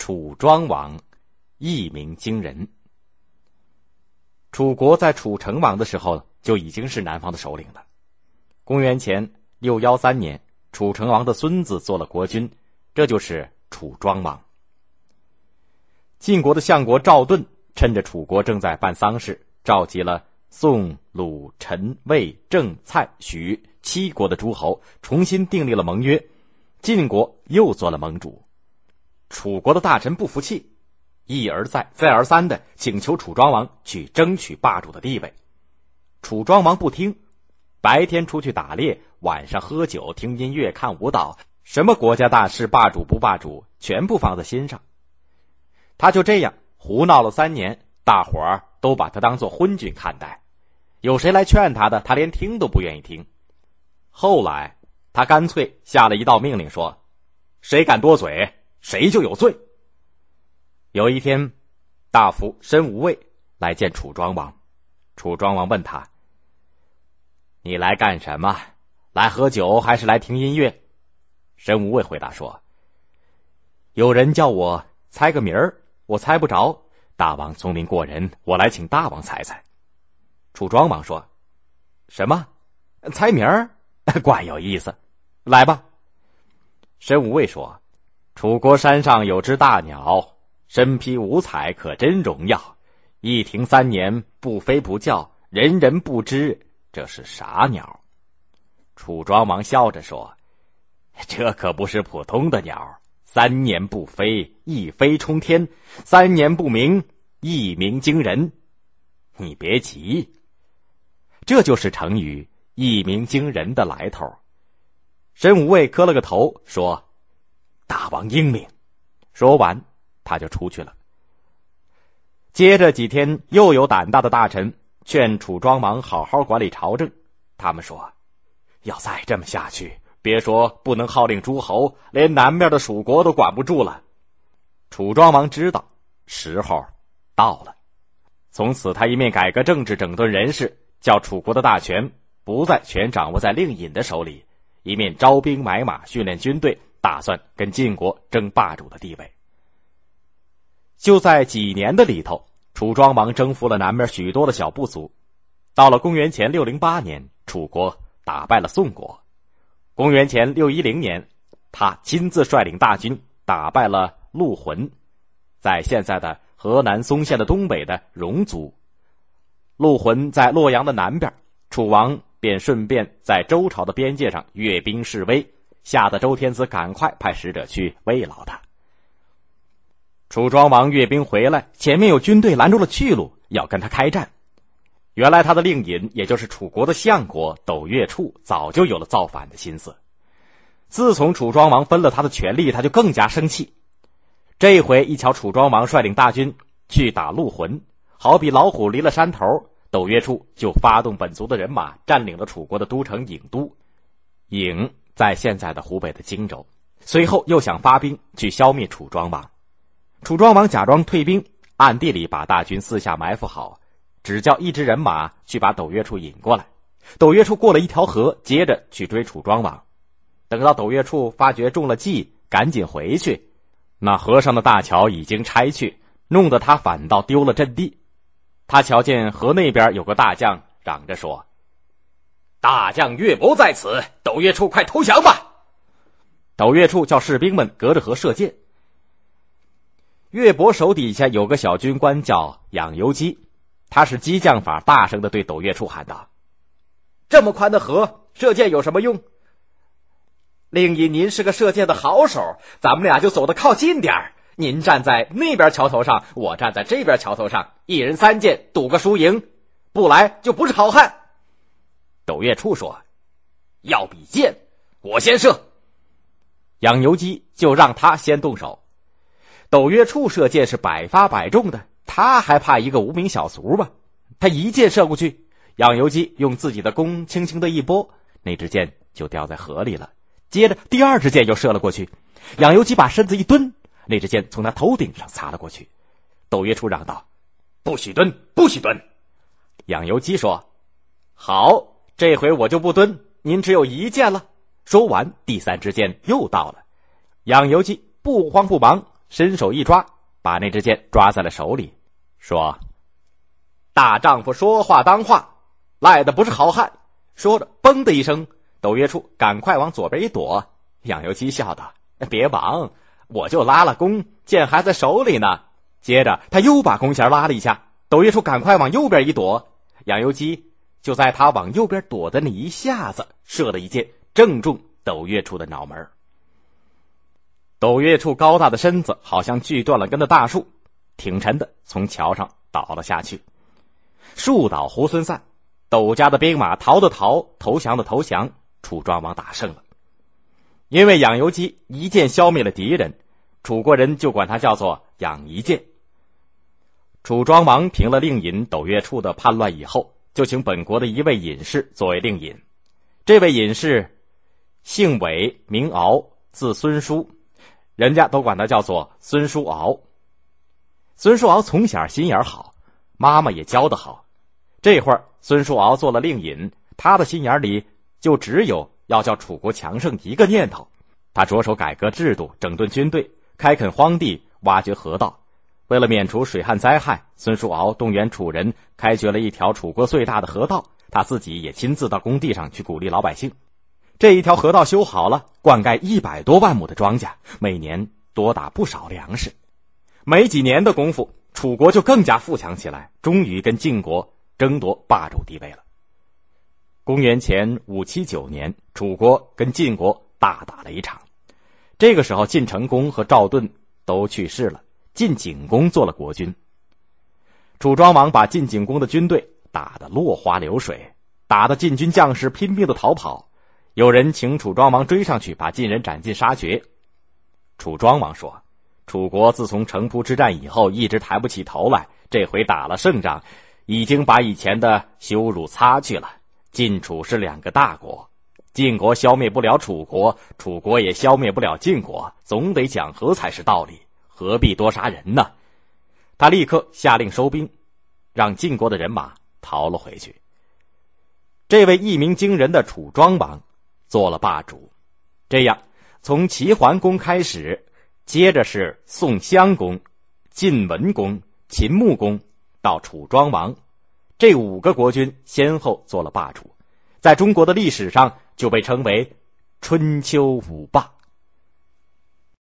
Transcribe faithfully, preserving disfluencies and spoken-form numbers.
楚庄王，一鸣惊人。楚国在楚成王的时候就已经是南方的首领了。公元前六一三年，楚成王的孙子做了国君，这就是楚庄王。晋国的相国赵盾趁着楚国正在办丧事，召集了宋、鲁、陈、魏、郑、蔡、许七国的诸侯，重新订立了盟约。晋国又做了盟主。楚国的大臣不服气，一而再再而三地请求楚庄王去争取霸主的地位。楚庄王不听，白天出去打猎，晚上喝酒听音乐看舞蹈，什么国家大事霸主不霸主全不放在心上。他就这样胡闹了三年，大伙儿都把他当作昏君看待，有谁来劝他的，他连听都不愿意听。后来他干脆下了一道命令，说谁敢多嘴，谁就有罪。有一天，大夫申无畏来见楚庄王，楚庄王问他，你来干什么？来喝酒还是来听音乐？申无畏回答说，有人叫我猜个名儿，我猜不着，大王聪明过人，我来请大王猜猜。楚庄王说，什么？猜名儿？怪有意思，来吧。申无畏说，楚国山上有只大鸟，身披五彩，可真荣耀，一停三年，不飞不叫，人人不知这是啥鸟。楚庄王笑着说，这可不是普通的鸟，三年不飞，一飞冲天，三年不鸣，一鸣惊人。你别急，这就是成语一鸣惊人的来头。申无畏磕了个头，说，大王英明。说完他就出去了。接着几天，又有胆大的大臣劝楚庄王好好管理朝政。他们说，要再这么下去，别说不能号令诸侯，连南面的蜀国都管不住了。楚庄王知道时候到了，从此他一面改革政治，整顿人事，叫楚国的大权不再全掌握在令尹的手里，一面招兵买马，训练军队，打算跟晋国争霸主的地位。就在几年的里头，楚庄王征服了南面许多的小部族。到了公元前六零八年，楚国打败了宋国。公元前六一零年，他亲自率领大军打败了陆浑，在现在的河南嵩县的东北的戎族。陆浑在洛阳的南边，楚王便顺便在周朝的边界上阅兵示威，吓得周天子赶快派使者去慰劳他。楚庄王阅兵回来，前面有军队拦住了去路，要跟他开战。原来他的令尹，也就是楚国的相国斗月处，早就有了造反的心思。自从楚庄王分了他的权力，他就更加生气。这回一瞧楚庄王率领大军去打陆浑，好比老虎离了山头，斗月处就发动本族的人马，占领了楚国的都城郢都。郢在现在的湖北的荆州，随后又想发兵去消灭楚庄王。楚庄王假装退兵，暗地里把大军四下埋伏好，只叫一支人马去把斗月处引过来。斗月处过了一条河，接着去追楚庄王。等到斗月处发觉中了计，赶紧回去，那河上的大桥已经拆去，弄得他反倒丢了阵地。他瞧见河那边有个大将，嚷着说，大将岳伯在此，斗月处快投降吧。斗月处叫士兵们隔着河射箭。岳伯手底下有个小军官叫养由基，他是激将法，大声地对斗月处喊道，这么宽的河，射箭有什么用？令尹您是个射箭的好手，咱们俩就走得靠近点儿，您站在那边桥头上，我站在这边桥头上，一人三箭，赌个输赢，不来就不是好汉。斗月处说，要比箭，我先射。养由基就让他先动手。斗月处射箭是百发百中的，他还怕一个无名小卒吗？他一箭射过去，养由基用自己的弓轻轻的一拨，那支箭就掉在河里了。接着第二支箭又射了过去，养由基把身子一蹲，那支箭从他头顶上擦了过去。斗月处嚷道，不许蹲，不许蹲。养由基说，好，这回我就不蹲，您只有一箭了。说完，第三支箭又到了。养由基不慌不忙， 伸手一抓，把那支箭抓在了手里，说：大丈夫说话当话，赖的不是好汉。说着嘣的一声，斗月处赶快往左边一躲。杨由基笑道：别忙，我就拉了弓，箭还在手里呢。接着他又把弓弦拉了一下，斗月处赶快往右边一躲。杨由基就在他往右边躲的那一下子，射了一箭，正中斗月处的脑门。斗月处高大的身子好像锯断了根的大树，挺沉的从桥上倒了下去。树倒猢狲散，斗家的兵马逃的逃，投降的投降，楚庄王打胜了。因为养由基一箭消灭了敌人，楚国人就管他叫做养一箭。楚庄王平了令尹斗月处的叛乱以后，就请本国的一位隐士作为令尹。这位隐士姓韦，名敖，字孙叔，人家都管他叫做孙叔敖。孙叔敖从小心眼好，妈妈也教得好。这会儿孙叔敖做了令尹，他的心眼里就只有要叫楚国强盛一个念头。他着手改革制度，整顿军队，开垦荒地，挖掘河道。为了免除水旱灾害，孙叔敖动员楚人开掘了一条楚国最大的河道，他自己也亲自到工地上去鼓励老百姓。这一条河道修好了，灌溉一百多万亩的庄稼，每年多打不少粮食。没几年的功夫，楚国就更加富强起来，终于跟晋国争夺霸主地位了。公元前五七九年，楚国跟晋国大打了一场。这个时候，晋成公和赵盾都去世了，晋景公做了国君。楚庄王把晋景公的军队打得落花流水，打得晋军将士拼命的逃跑。有人请楚庄王追上去，把晋人斩尽杀绝。楚庄王说：楚国自从城濮之战以后一直抬不起头来，这回打了胜仗，已经把以前的羞辱擦去了。晋楚是两个大国，晋国消灭不了楚国，楚国也消灭不了晋国，总得讲和才是道理，何必多杀人呢？他立刻下令收兵，让晋国的人马逃了回去。这位一鸣惊人的楚庄王做了霸主。这样从齐桓公开始，接着是宋襄公、晋文公、秦穆公到楚庄王，这五个国君先后做了霸主，在中国的历史上就被称为春秋五霸。